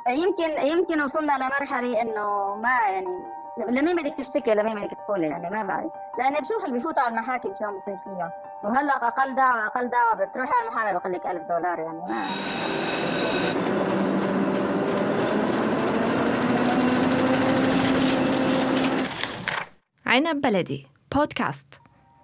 يمكن وصلنا لمرحلة إنه ما يعني لمين بدك تشتكي، لمين بدك تقولي، يعني ما بعرف. لأني بشوف اللي بيفوتوا على المحاكم شو عم بصير فيها، وهلا أقل دعوة بتروحي على المحامي بقول لك $1000، يعني ما عنب بلدي بودكاست.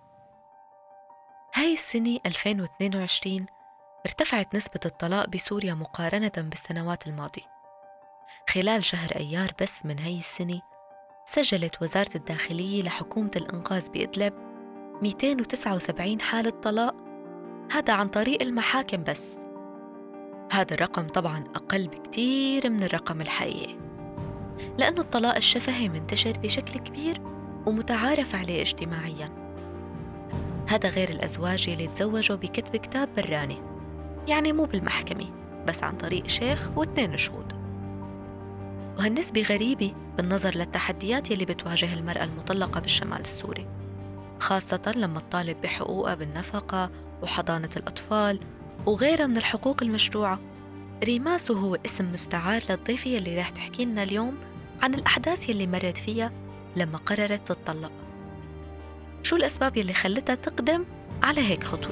هاي السنة 2022 ارتفعت نسبة الطلاق بسوريا مقارنة بالسنوات الماضية. خلال شهر أيار بس من هاي السنة سجلت وزارة الداخلية لحكومة الإنقاذ بإدلب 279 حالة طلاق، هذا عن طريق المحاكم بس. هذا الرقم طبعاً أقل بكتير من الرقم الحقيقي، لأنه الطلاق الشفهي منتشر بشكل كبير ومتعارف عليه اجتماعياً. هذا غير الأزواج اللي تزوجوا بكتب كتاب براني، يعني مو بالمحكمة بس عن طريق شيخ و2 شهود. وهالنسبة غريبة بالنظر للتحديات اللي بتواجه المرأة المطلقة بالشمال السوري، خاصة لما تطالب بحقوقها بالنفقة وحضانة الأطفال وغيرها من الحقوق المشروعة. ريماس هو اسم مستعار للضيفة اللي رح تحكي لنا اليوم عن الأحداث اللي مرت فيها لما قررت تتطلق. شو الأسباب اللي خلتها تقدم على هيك خطوة؟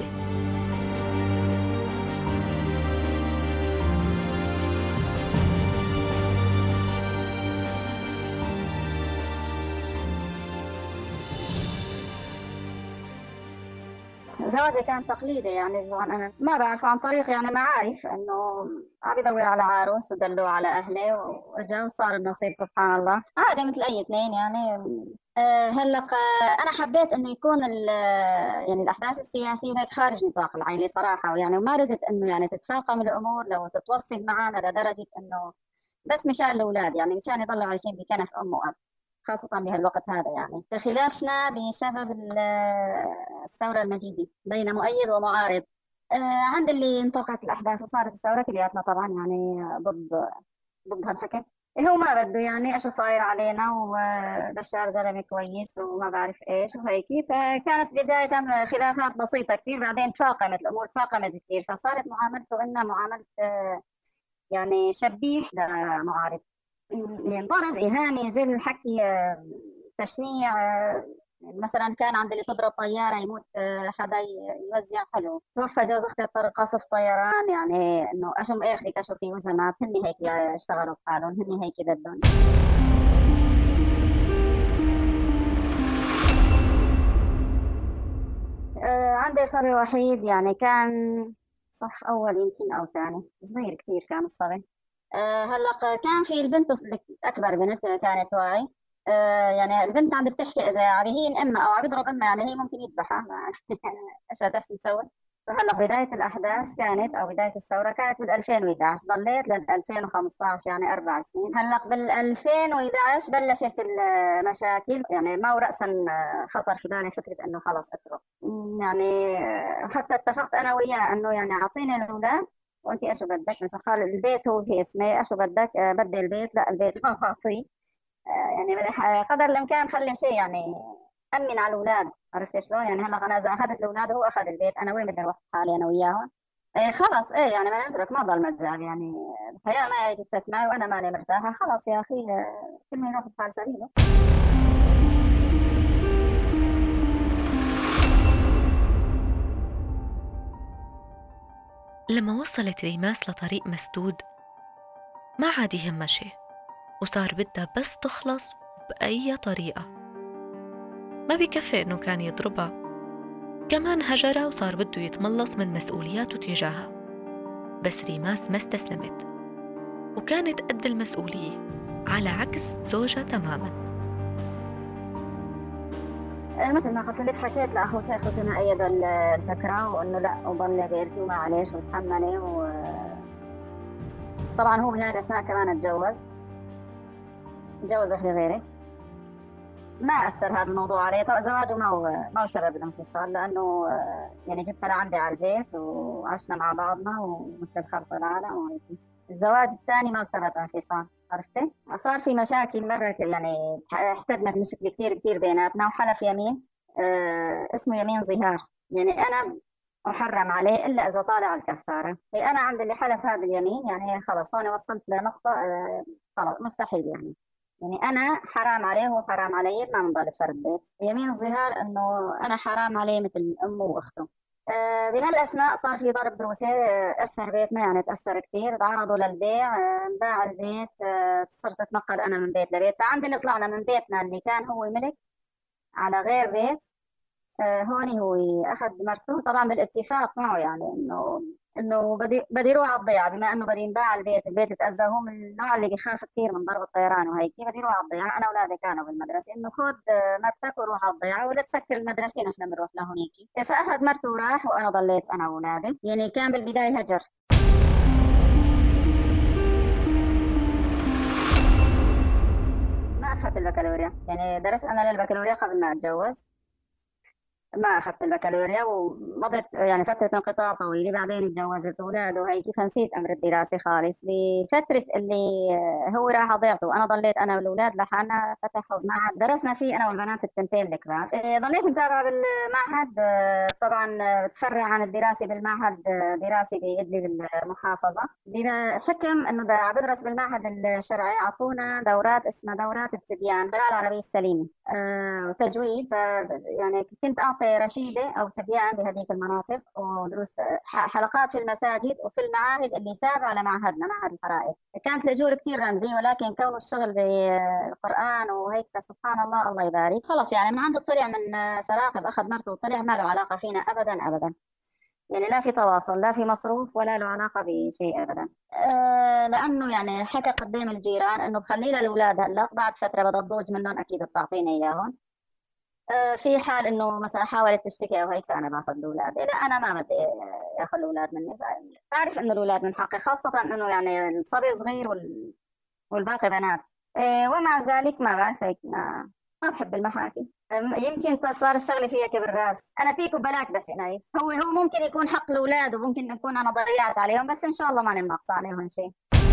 زواجي كان تقليدي، يعني طبعا أنا ما بعرف عن طريق يعني معارف إنه عم يدور على عروس ودلوه على أهله وإجا وصار النصيب سبحان الله، عادي مثل أي اثنين يعني. هلا أنا حبيت إنه يكون يعني الأحداث السياسية هيك خارج نطاق العائلة صراحة، ويعني وما ردت إنه يعني تتفاقم الأمور لو تتوصل معنا لدرجة إنه بس مشان الأولاد، يعني مشان يضلوا عايشين بكنف أم وأب، خاصة بهالوقت هذا. يعني خلافنا بسبب الثورة المجيدة بين مؤيد ومعارض. عند اللي انطلقت الأحداث وصارت الثورة كلياتنا طبعا يعني ضد هالحكي. هو ما بده يعني اشو صاير علينا، وبشار زلمه كويس وما بعرف ايش وهيك، فكانت بدايه خلافات بسيطه كثير، بعدين تفاقمت الامور، تفاقمت كثير، فصارت معاملته إنها معامله يعني شبيح لمعارض، ينضرب إهانة زي الحكي، تشنيع. مثلا كان عند اللي تضرب طيارة يموت، حدا يوزع حلو، توفى جوز أختي بطريق قصف طيران، يعني إنه أشم آخرك أشو في وزنات، هن هيك اشتغلوا بحالهم، هن هيك بدهم. عندي صبي وحيد، يعني كان صف أول يمكن أو ثاني، صغير كثير كان الصبي. هلا كان في البنت اكبر بنت كانت واعي. يعني البنت عم بتحكي اذا عم يهين امها او عم يضرب امها، يعني هي ممكن يذبحها ايش بدها تسوي. فهلا بداية الأحداث كانت أو بداية الثورة كانت بال 2011، ضليت لل 2015 يعني 4 سنين. هلا بال 2011 بلشت المشاكل، يعني ما هو رأسا خطر في بالي فكرة إنه خلص أترك. يعني حتى اتفقت أنا وياه إنه يعني أعطيني الأولاد وانت اشو بدك، مثلا قال البيت هو في اسمي، اشو بدك، بدي البيت، لا البيت ما بعطيه. يعني بدي قدر الامكان خلي شيء يعني امن على الاولاد، عرفت شلون؟ يعني هلا انا اذا اخذت الاولاد وهو اخذ البيت، انا وين بدي اروح حالي انا وياهم؟ إيه خلص، ايه يعني ما نترك، ما ضل مجال، يعني الحياه ما جبتك معي وانا ماني مرتاحه، خلاص يا اخي، كل ما يروح بحال سبيله. لما وصلت ريماس لطريق مسدود ما عاد يهمها شي، وصار بدها بس تخلص بأي طريقة. ما بكفي إنه كان يضربها، كمان هجرها وصار بده يتملص من مسؤولياته تجاهها. بس ريماس ما استسلمت وكانت قد المسؤولية، على عكس زوجها تماماً. مثل ما قلت لك، حكيت لاخوتي، اخوتنا ايدوا الفكره، وانه لا وضلي بيركي وما عليش وتحملي. وطبعا هو بهذه الاثناء كمان اتجوز واحده غيري. ما أثر هذا الموضوع علي، طبعا زواجه ما هو سبب الانفصال، لأنه يعني جبتها لعندي على البيت وعشنا مع بعضنا ومثل خلق العالم وهيك. الزواج الثاني ما سبب انفصال، عرفتي؟ صار في مشاكل مرة، يعني احتدمت مشكلة كتير كتير بيناتنا، وحلف يمين اسمه يمين ظهار. يعني أنا محرم عليه إلا إذا طالع الكفارة. أنا عند اللي حلف هذا اليمين يعني خلاص أنا وصلت لنقطة خلاص مستحيل يعني أنا حرام عليه وحرام علي، ما بنضل بفرد بيت. يمين الظهار إنه أنا حرام عليه مثل أمه وأخته. بهالأثناء صار في ضرب بروسي، أثر بيتنا يعني تأثر كثير، تعرضوا للبيع، باع البيت، صرت أتنقل أنا من بيت لبيت. فعند اللي طلعنا من بيتنا اللي كان هو ملك على غير بيت، هون هو اخذ مرته طبعا بالاتفاق معه، يعني انه بدي يروح على الضيعه، بما انه بدي ينباع البيت تاذى. هو من النوع اللي بيخاف كثير من ضرب الطيران وهيك، بدي يروح على الضيعه. انا اولادي كانوا بالمدرسه، انه خذ مرتك وروح على الضيعه ولا تسكر المدرسه، نحن بنروح لهونيك. فاخذ مرته وراح، وانا ضليت انا واولادي. يعني كان بالبدايه هجر. ما اخذت البكالوريا، يعني درست انا للبكالوريا قبل ما اتجوز. ما أخذت البكالوريا ومضت يعني فترة انقطاع طويلة، بعدين اتجوزت أولاد وهيك، فنسيت أمر الدراسة خالص. بفترة اللي هو راح ضيعته وأنا ضليت أنا والأولاد لحالنا، فتحوا معهد درسنا فيه أنا والبنات التنتين الكبار. ضليت متابعة بالمعهد. طبعا تفرع عن الدراسة بالمعهد دراسة بإدلب بالمحافظة. بحكم إنه بدرس بالمعهد الشرعي، أعطونا دورات اسمها دورات التبيان باللغة العربية السليمة، وتجويد. يعني كنت أعطي رشيدة أو تبيان بهذيك المناطق، ودروس حلقات في المساجد وفي المعاهد اللي تابعة لمعهدنا، معهد الحرائق. كانت الأجور كثير رمزي، ولكن كون الشغل بالقرآن وهيك فسبحان الله الله يبارك. خلص يعني من عنده طلع من سراقب، أخذ مرته وطلع، ما له علاقة فينا أبدا أبدا. يعني لا في تواصل، لا في مصروف، ولا له علاقة بشيء أبدا. لأنه يعني حكى قدام الجيران إنه بخلي لها الأولاد، هلا بعد فترة بدها تضوج منهم أكيد بتعطيني إياهم. في حال انه مثلا حاولت تشتكي او هيك، فانا باخذ الاولاد. لا انا ما بدي ياخذ الاولاد مني. بعرف انه الاولاد من حقي، خاصه انه يعني الصبي صغير والباقي بنات. ومع ذلك ما بعرف هيك، ما بحب المحاكي. يمكن صار الشغله فيها كبر راس. انا فيكم بلاك بس نعيش. هو ممكن يكون حق الاولاد، وممكن يكون انا ضيعت عليهم، بس ان شاء الله ماني ناقصه عليهم شيء.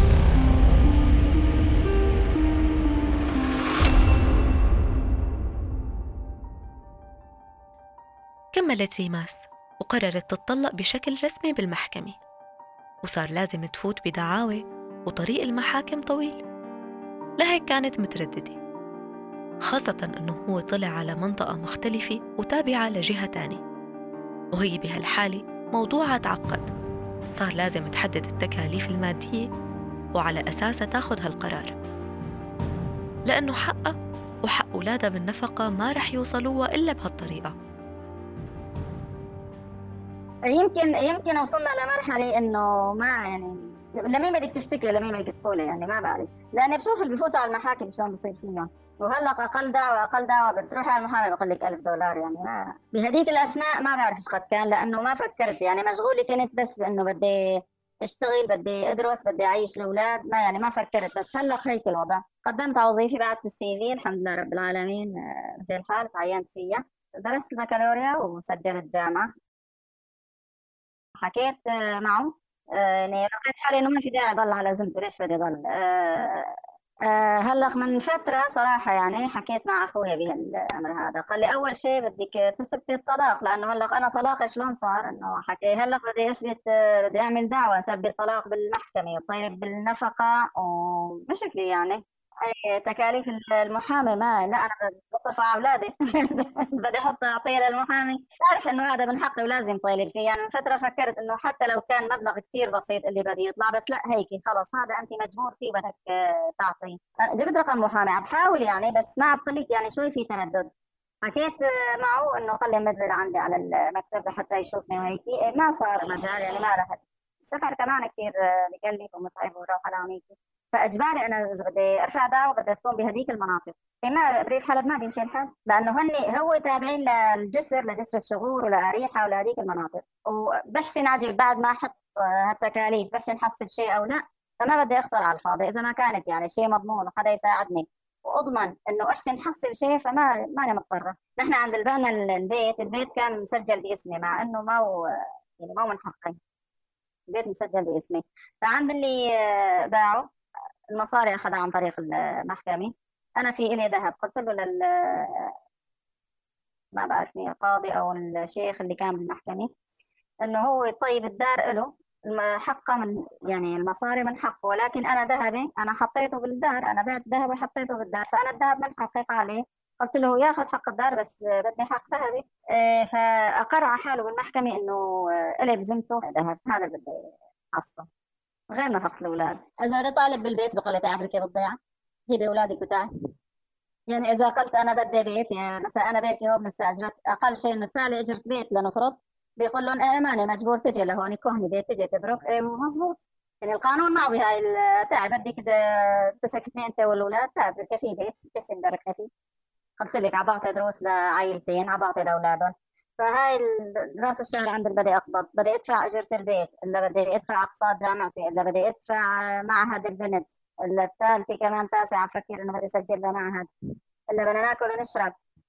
كملت ريماس وقررت تتطلق بشكل رسمي بالمحكمة، وصار لازم تفوت بدعاوى، وطريق المحاكم طويل، لهيك كانت مترددة، خاصة أنه هو طلع على منطقة مختلفة وتابعة لجهة تانية، وهي بهالحالة موضوعها تعقد. صار لازم تحدد التكاليف المادية وعلى أساسها تاخد هالقرار، لأنه حقها وحق أولادها بالنفقة ما رح يوصلوها إلا بهالطريقة. يمكن وصلنا لمرحلة إنه ما يعني لمين بدك تشتكي، لمين بدك تقولي، يعني ما بعرف. لأني بشوف اللي بفوتوا على المحاكم شلون بصير فيهم. وهلا أقل دعوة بتروحي على المحامي بقول لك $1000. يعني ما بهديك الأثناء ما بعرف إيش قد كان، لأنه ما فكرت. يعني مشغولة كنت بس إنه بدي اشتغل، بدي ادرس، بدي اعيش الاولاد. ما يعني ما فكرت. بس هلا هيك الوضع. قدمت على وظيفه، بعثت السي في، الحمد لله رب العالمين مشي الحال، تعينت فيها. درست البكالوريا وسجلت جامعه. حكيت معه. يعني لقيت حالي انه ما في داعي اضل على ذمته، ليش بدي اضل. هلا من فتره صراحه يعني حكيت مع اخويا بهالامر هذا. قال لي اول شيء بدك تثبتي الطلاق، لانه هلا انا طلاقي شلون صار، انه حكي هلا بدي اثبت، بدي اعمل دعوه اثبت طلاق بالمحكمه وطيب بالنفقه ومشكله يعني. تكاليف المحامي ما لا، انا بصرف على اولادي. بدي احط اعطيه للمحامي. تعرف انه هذا من حقي ولازم طالب فيه. يعني من فتره فكرت انه حتى لو كان مبلغ كثير بسيط اللي بده يطلع، بس لا هيك خلص هذا انت مجبور فيه، بدك تعطيه. جبت رقم محامي، عم بحاول يعني، بس ما عم بطلق يعني شوي في تردد. حكيت معه انه خلي مدلل عندي على المكتب لحتى يشوفني وهيك. ما صار مجال، يعني ما رحت. السفر كمان كثير بكلف ومتعب وراح على هونيك. فاجباري انا اذا بدي ارفع دعوه بدها تكون بهذيك المناطق. ما بريف حلب ما بيمشي الحال، لانه هو تابعين لجسر الشغور ولاريحه ولهذيك المناطق. وبحسن عجب بعد ما احط هالتكاليف، بحسن حصل شيء او لا. فما بدي اخسر على الفاضي. اذا ما كانت يعني شيء مضمون وحدا يساعدني واضمن انه احسن حصل شيء، فما ماني مضطره. نحن عند بعنا البيت كان مسجل باسمي، مع انه ما هو يعني ما هو من حقي. البيت مسجل باسمي. فعند اللي باعه، المصاري أخذها عن طريق المحكمة. أنا في إلي ذهب، قلت له ما بعرف مين القاضي أو الشيخ اللي كان بالمحكمة. انه هو يطيب الدار له حقه من يعني المصاري من حقه، ولكن انا ذهبي انا حطيته بالدار، انا بعت ذهبي وحطيته بالدار، فانا الذهب من حقي عليه. قلت له ياخذ حق الدار بس بدي حق ذهبي. فاقر على حاله بالمحكمه انه إلي بذمته ذهب، هذا اللي بدي احصله غير نفقة الاولاد. اذا بدي طالب بالبيت بقول لي تعبري كيف الضيعه، جيبي اولادك وتعالي. يعني اذا قلت انا بدي بيت، يعني مثلا انا بيتي هو بنستاجر، اقل شيء انه تدفع لي اجره بيت لنفرض، بيقول لهم انا ماني مجبور تجي لهون كهني بيت تجي تبرك، مزبوط. يعني القانون معه بهاي تعب بدك تسكني انت والاولاد، تعب كفي بيت بس بدك كفي. قلت لك عبعطي دروس لعائلتين، عبعطي لاولادهم. فهاي راس الشهر عند اللي بدي اقبض، بدي ادفع اجره البيت، الا بدي ادفع اقساط جامعتي، الا بدي ادفع معهد البنت، الا الثالثه كمان تاسعه افكر انه بدي اسجل لها معهد، الا بدنا ناكل ونشرب.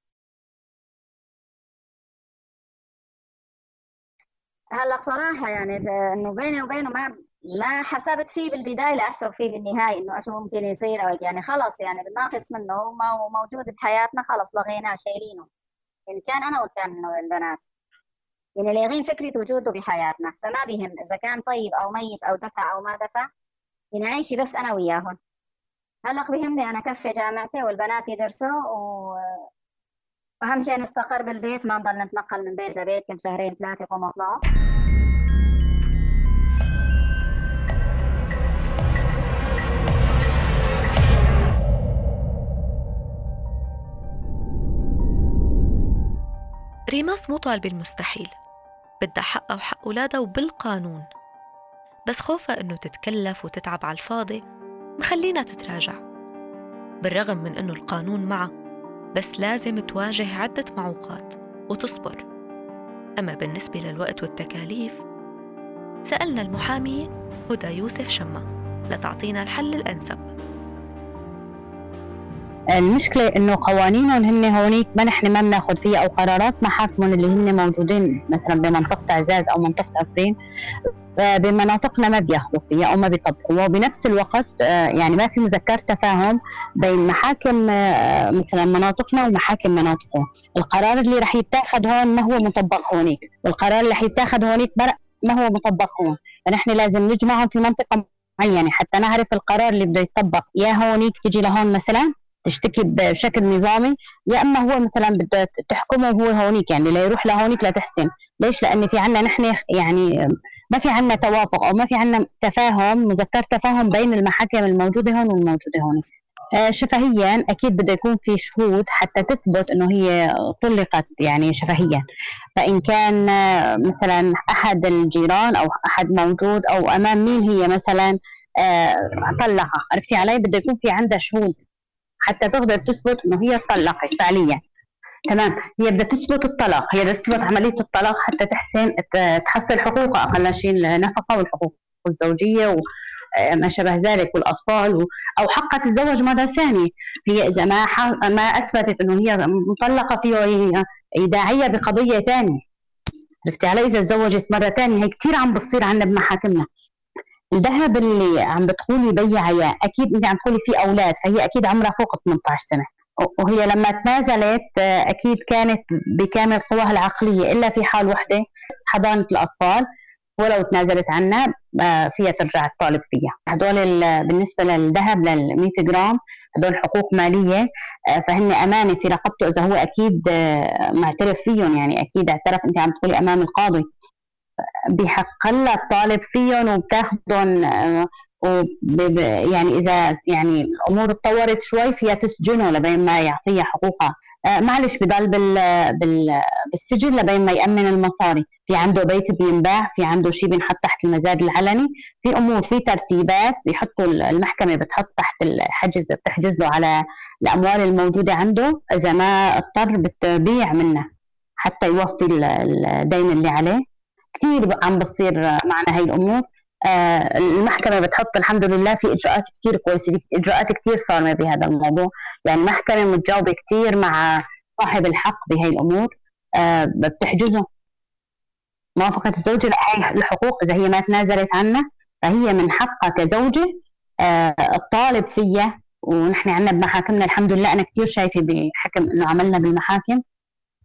هلا بصراحة يعني انه بيني وبينه ما حسبت فيه بالبداية لأحسب فيه بالنهاية انه شو ممكن يصير، او يعني خلص يعني بالناقص منه هو موجود بحياتنا، خلص لغيناه شايلينه. يعني كان انا وكان إنه البنات، يعني لاغين فكرة وجوده بحياتنا، فما بيهم اذا كان طيب او ميت او دفع او ما دفع، يعني عيشي بس انا وياهم. هلا بيهمني انا كفي جامعتي والبنات يدرسوا واهم شيء نستقر بالبيت، ما نضل نتنقل من بيت لبيت كل شهرين ثلاثة يقوموا يطلعوا. ريماس مو طالبة المستحيل، بدها حقها وحق أولادها وبالقانون، بس خوفها إنه تتكلف وتتعب على الفاضي مخلينا تتراجع. بالرغم من إنه القانون معها، بس لازم تواجه عدة معوقات وتصبر. أما بالنسبة للوقت والتكاليف، سألنا المحامية هدى يوسف شمة لتعطينا الحل الأنسب. المشكلة إنه قوانينهم هن هونيك ما نحن ما بناخد فيها، أو قرارات محاكمهم اللي هن موجودين مثلا بمنطقة عزاز أو منطقة عفرين بمناطقنا ما بياخدوا فيها أو ما بيطبقوها. وبنفس الوقت يعني ما في مذكر تفاهم بين محاكم مثلا مناطقنا ومحاكم مناطقهم. القرار اللي رح يتاخد هون ما هو مطبق هونيك، والقرار اللي حيتاخد هونيك ما هو مطبق هون، فنحن لازم نجمعهم في منطقة معينة حتى نعرف القرار اللي بده يطبق. يا هونيك تجي لهون مثلا تشتكي بشكل نظامي، يا اما هو مثلا بده تحكمه هو هونيك، يعني لا يروح لهونيك لتحسن. ليش؟ لان في عنا نحن يعني ما في عنا توافق او ما في عنا تفاهم، مذكر تفاهم بين المحاكم الموجوده هون والموجوده هون. شفهيا اكيد بده يكون في شهود حتى تثبت انه هي طلقت يعني شفهيا. فان كان مثلا احد الجيران او احد موجود او امام مين هي مثلا طلقها، عرفتي علي؟ بده يكون في عندها شهود حتى تقدر تثبت انه هي طلقت فعليا. تمام، هي بدها تثبت الطلاق، هي بدها تثبت عمليه الطلاق حتى تحصل حقوقها، اقل شيء النفقه والحقوق الزوجيه وما شابه ذلك والاطفال او حقها تتزوج مره ثانيه. هي اذا ما اثبتت انه هي مطلقه فيه يداعيها بقضيه ثانيه. عرفتي علي؟ اذا تزوجت مره ثانيه، هي كثير عم بتصير عندنا بمحاكمنا. الذهب اللي عم بتقولي بيعها اكيد انت عم تقولي فيه اولاد، فهي اكيد عمرها فوق 18 سنه، وهي لما تنازلت اكيد كانت بكامل قواها العقليه، الا في حال وحده حضانه الاطفال، ولو تنازلت عنها فيها ترجع تطالب فيها. هدول بالنسبه للذهب لل 100 جرام هدول حقوق ماليه، فهن امانه في رقبته، اذا هو اكيد معترف فيهم، يعني اكيد اعترف، انت عم تقولي امام القاضي، بحق لها الطالب فيهم وبتاخدهم يعني اذا يعني الامور اتطورت شوي فيها تسجنه لبين ما يعطيها حقوقها. معلش بضل بالسجن لبين ما يأمن المصاري. في عنده بيت بينباع، في عنده شيء بينحط تحت المزاد العلني، في امور، في ترتيبات بيحطوا المحكمه بتحط تحت الحجز، بتحجز له على الاموال الموجوده عنده، اذا ما اضطر بتبيع منه حتى يوفي الدين اللي عليه. كثير عم بتصير معنا هاي الامور. المحكمه بتحط الحمد لله في اجراءات كثير كويسه، في اجراءات كثير صارمه بهذا الموضوع، يعني المحكمه متجاوبه كثير مع صاحب الحق بهاي الامور. بتحجزه موافقه الزوجه لهي الحقوق، اذا هي ما تنازلت عنها فهي من حقها كزوجه الطالب فيها. ونحن عندنا بمحاكمنا الحمد لله، انا كثير شايفه بحكم انه عملنا بالمحاكم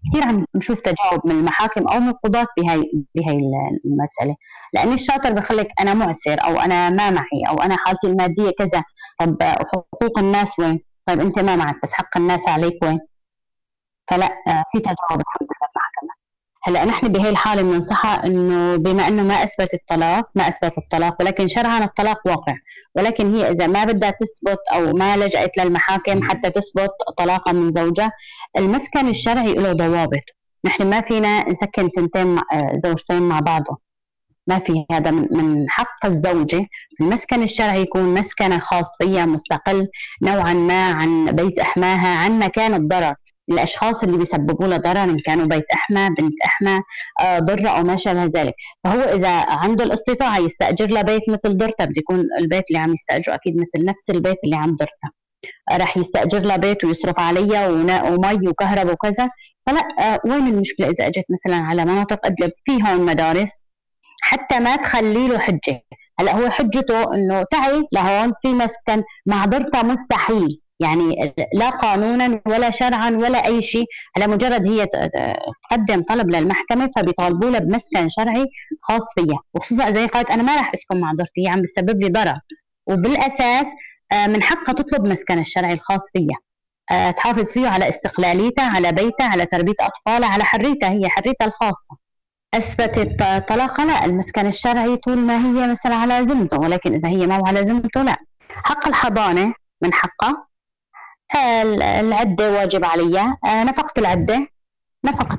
كثير عم نشوف تجاوب من المحاكم أو من القضاة بهاي المسألة. لأن الشاطر بخليك أنا معسر، أو أنا ما معي، أو أنا حالتي المادية كذا. طب حقوق الناس وين؟ طيب أنت ما معك بس حق الناس عليك وين؟ فلا في تجاوب الحمد لله المحكمة. هلا نحن بهي الحالة بننصحها انه بما انه ما اثبت الطلاق، ولكن شرعا الطلاق واقع، ولكن هي اذا ما بدها تثبت او ما لجأت للمحاكم حتى تثبت طلاقها من زوجها، المسكن الشرعي له ضوابط. نحن ما فينا نسكن زوجتين مع بعضهم، ما في هذا. من حق الزوجة في المسكن الشرعي يكون مسكن خاص فيها، مستقل نوعا ما عن بيت أحماها، عن مكان الضرر. الأشخاص اللي بيسببوا له ضرر إن كانوا بيت أحمى، بنت أحمى، ضرة أو ما شابه ذلك، فهو إذا عنده الاستطاعة يستأجر له بيت مثل ضرته، بده يكون البيت اللي عم يستأجره أكيد مثل نفس البيت اللي عم ضرته، راح يستأجر له بيت ويصرف عليها ومي وكهرباء وكذا. فلا وين المشكلة إذا أجت مثلا على مناطق إدلب في هون مدارس، حتى ما تخلي له حجة. هلا هو حجته إنه تعي لهون في مسكن، مع ضرته مستحيل، يعني لا قانونا ولا شرعا ولا أي شيء. على مجرد هي تقدم طلب للمحكمة فبيطالبوا لها بمسكن شرعي خاص فيها، وخصوصا زي قالت أنا ما راح أسكن مع ضرتي، هي عم بتسبب لي ضرر، وبالأساس من حقها تطلب مسكن الشرعي الخاص فيها، تحافظ فيه على استقلاليتها، على بيتها، على تربية أطفالها، على حريتها، هي حريتها الخاصة. أثبتت طلاقها لا، المسكن الشرعي طول ما هي مثلا على ذمته، ولكن إذا هي ما على ذمته لا. حق الحضانة من حقها، العدة واجب عليها، نفقة العدة، نفقة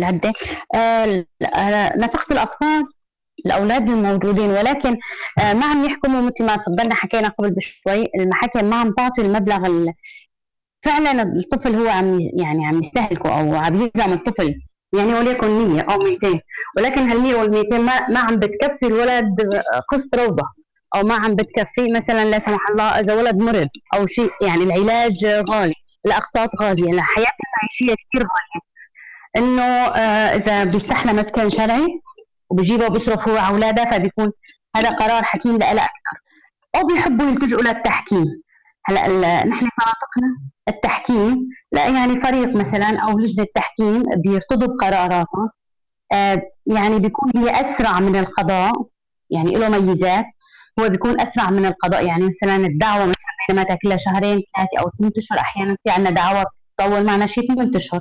الأطفال، الأولاد الموجودين. ولكن ما عم يحكموا مثل ما تفضلنا حكينا قبل بشوي، المحاكم ما عم تعطي المبلغ فعلا الطفل هو عم يستهلكه أو عم يلزم الطفل، يعني وليكن 100 أو 200، ولكن هال100 وال200 ما عم بتكفي الولد قسط روضة، أو ما عم بتكفي مثلا لا سمح الله إذا ولد مرض أو شيء، يعني العلاج غالي، الأقساط غالية، الحياة المعيشية كتير غالية. إنه إذا بيفتح له مسكن شرعي وبيجيبه وبيصرف هو على أولاده، فبيكون هذا قرار حكيم لها أكثر. أو بيحبوا يلتجئوا للتحكيم. هلا نحن مناطقنا التحكيم لا، يعني فريق مثلا أو لجنة تحكيم بيرتضوا بقراراتهم، يعني بيكون هي أسرع من القضاء، يعني له ميزات، هو بيكون أسرع من القضاء. يعني مثلا الدعوة مثلا بينما تاكلها 2 3 أو 8 أشهر، أحيانا في عنا دعوة تطول معنا شيء 8 أشهر.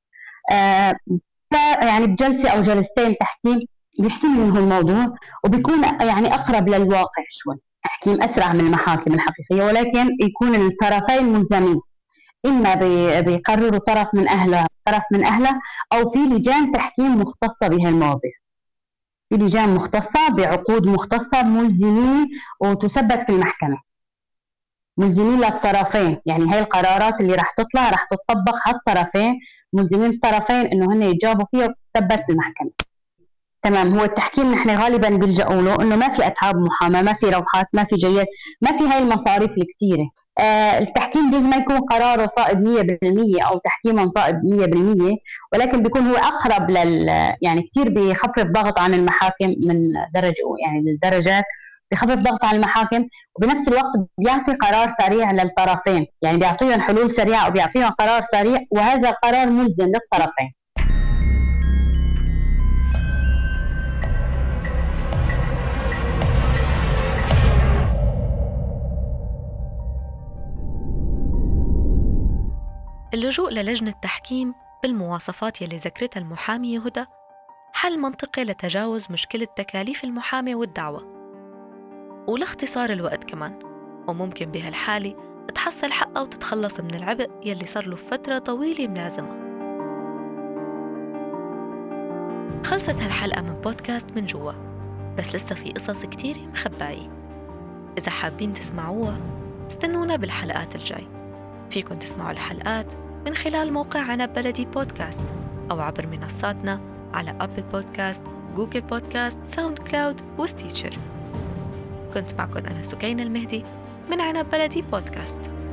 يعني بجلسة أو جلستين تحكيم بيحتم منه الموضوع، وبيكون يعني أقرب للواقع شوي. تحكيم أسرع من المحاكم الحقيقية، ولكن يكون الطرفين ملزمين، إما بيقرروا طرف من أهله أو في لجان تحكيم مختصة بها المواضيع، في لجان مختصة بعقود مختصة ملزمين وتثبت في المحكمة، ملزمين للطرفين. يعني هاي القرارات اللي راح تطلع راح تطبق على الطرفين، ملزمين الطرفين إنه هن يجاوبوا فيها وتثبت في المحكمة. تمام. هو التحكيم نحن غالبا بيلجأوا له إنه ما في أتعاب محاماة، ما في روحات، ما في جيات، ما في هاي المصاريف الكتيرة. التحكيم بيجوز ما يكون قراره صائب 100% أو تحكيما صائب 100%، ولكن بيكون هو أقرب يعني كتير بيخفف ضغط عن المحاكم من الدرجات، بيخفف ضغط عن المحاكم، وبنفس الوقت بيعطي قرار سريع للطرفين، يعني بيعطيهم حلول سريعة وبيعطيهم قرار سريع، وهذا القرار ملزم للطرفين. اللجوء للجنة تحكيم بالمواصفات يلي ذكرتها المحامية هدى حل منطقي لتجاوز مشكلة تكاليف المحامي والدعوة ولاختصار الوقت كمان، وممكن بهالحالة تحصل حقها وتتخلص من العبء يلي صار له فترة طويلة ملازمة. خلصت هالحلقة من بودكاست من جوا، بس لسه في قصص كتير مخباية. إذا حابين تسمعوها استنونا بالحلقات الجاي. فيكن تسمعوا الحلقات من خلال موقع عنب بلدي بودكاست أو عبر منصاتنا على أبل بودكاست، جوجل بودكاست، ساوند كلاود وستيتشر. كنت معكم أنا سكينة المهدي من عنب بلدي بودكاست.